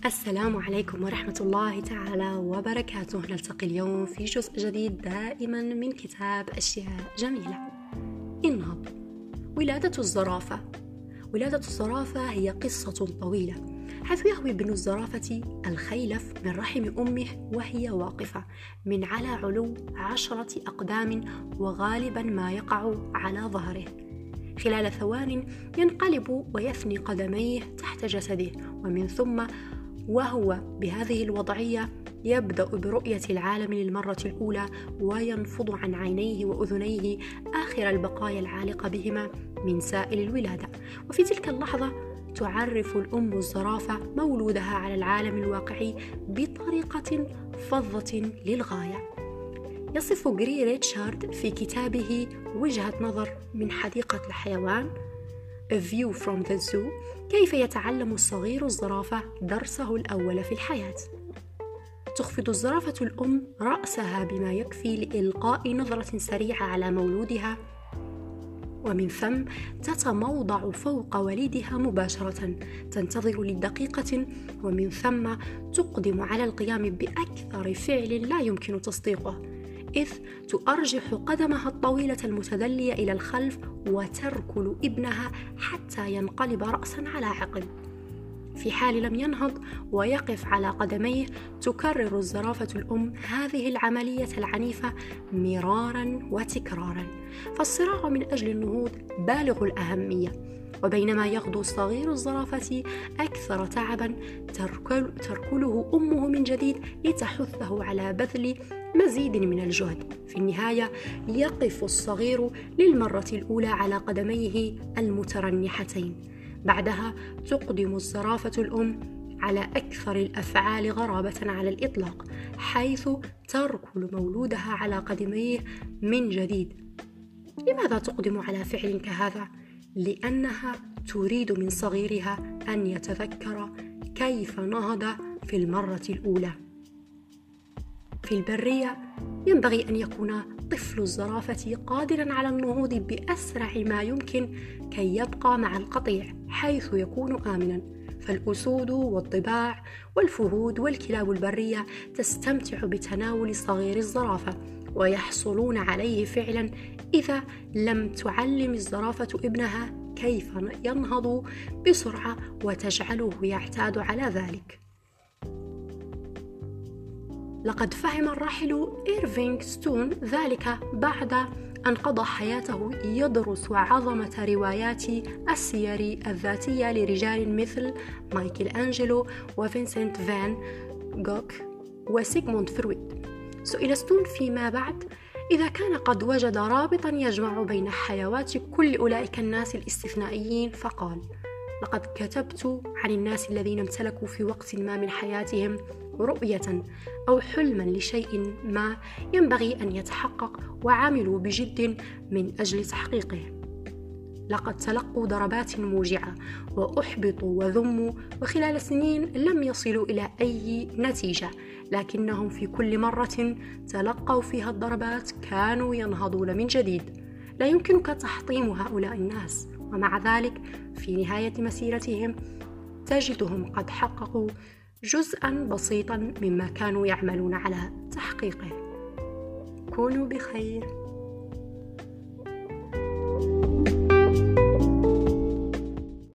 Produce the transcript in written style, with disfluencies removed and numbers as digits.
السلام عليكم ورحمة الله تعالى وبركاته. نلتقي اليوم في جزء جديد دائما من كتاب أشياء جميلة. انهض. ولادة الزرافة. ولادة الزرافة هي قصة طويلة، حيث يهوي ابن الزرافة الخيلف من رحم أمه وهي واقفة من على علو 10 أقدام، وغالبا ما يقع على ظهره. خلال ثوان ينقلب ويثني قدميه تحت جسده، ومن ثم وهو بهذه الوضعية يبدأ برؤية العالم للمرة الأولى، وينفض عن عينيه وأذنيه آخر البقايا العالقة بهما من سائل الولادة. وفي تلك اللحظة تعرف الأم الزرافة مولودها على العالم الواقعي بطريقة فظة للغاية. يصف غري ريتشارد في كتابه وجهة نظر من حديقة الحيوان A View from the Zoo كيف يتعلم الصغير الزرافة درسه الأول في الحياة. تخفض الزرافة الأم رأسها بما يكفي لإلقاء نظرة سريعة على مولودها، ومن ثم تتموضع فوق وليدها مباشرة، تنتظر لدقيقة، ومن ثم تقدم على القيام بأكثر فعل لا يمكن تصديقه، إذ تؤرجح قدمها الطويلة المتدلية إلى الخلف وتركل ابنها حتى ينقلب رأسا على عقب. في حال لم ينهض ويقف على قدميه، تكرر الزرافة الأم هذه العملية العنيفة مرارا وتكرارا، فالصراع من أجل النهوض بالغ الأهمية. وبينما يغدو صغير الزرافة أكثر تعبا، تركله أمه من جديد لتحثه على بذل مزيد من الجهد. في النهاية يقف الصغير للمرة الأولى على قدميه المترنحتين. بعدها تقدم الزرافة الأم على أكثر الأفعال غرابة على الإطلاق، حيث تركل مولودها على قدميه من جديد. لماذا تقدم على فعل كهذا؟ لأنها تريد من صغيرها أن يتذكر كيف نهض في المرة الأولى. في البرية ينبغي أن يكون طفل الزرافة قادرا على النهوض بأسرع ما يمكن كي يبقى مع القطيع حيث يكون آمنا، فالأسود والضباع والفهود والكلاب البرية تستمتع بتناول صغير الزرافة، ويحصلون عليه فعلا إذا لم تعلم الزرافة ابنها كيف ينهض بسرعة وتجعله يعتاد على ذلك. لقد فهم الراحل إيرفينغ ستون ذلك بعد أن قضى حياته يدرس عظمة روايات السير الذاتية لرجال مثل مايكل أنجلو وفينسنت فان غوغ وسيغموند فرويد. سئل ستون فيما بعد إذا كان قد وجد رابطا يجمع بين حيوات كل أولئك الناس الاستثنائيين، فقال: لقد كتبت عن الناس الذين امتلكوا في وقت ما من حياتهم رؤية أو حلما لشيء ما ينبغي أن يتحقق، وعملوا بجد من أجل تحقيقه. لقد تلقوا ضربات موجعة وأحبطوا وذموا، وخلال سنين لم يصلوا إلى أي نتيجة، لكنهم في كل مرة تلقوا فيها الضربات كانوا ينهضون من جديد. لا يمكنك تحطيم هؤلاء الناس، ومع ذلك في نهاية مسيرتهم تجدهم قد حققوا جزءا بسيطا مما كانوا يعملون على تحقيقه. كونوا بخير.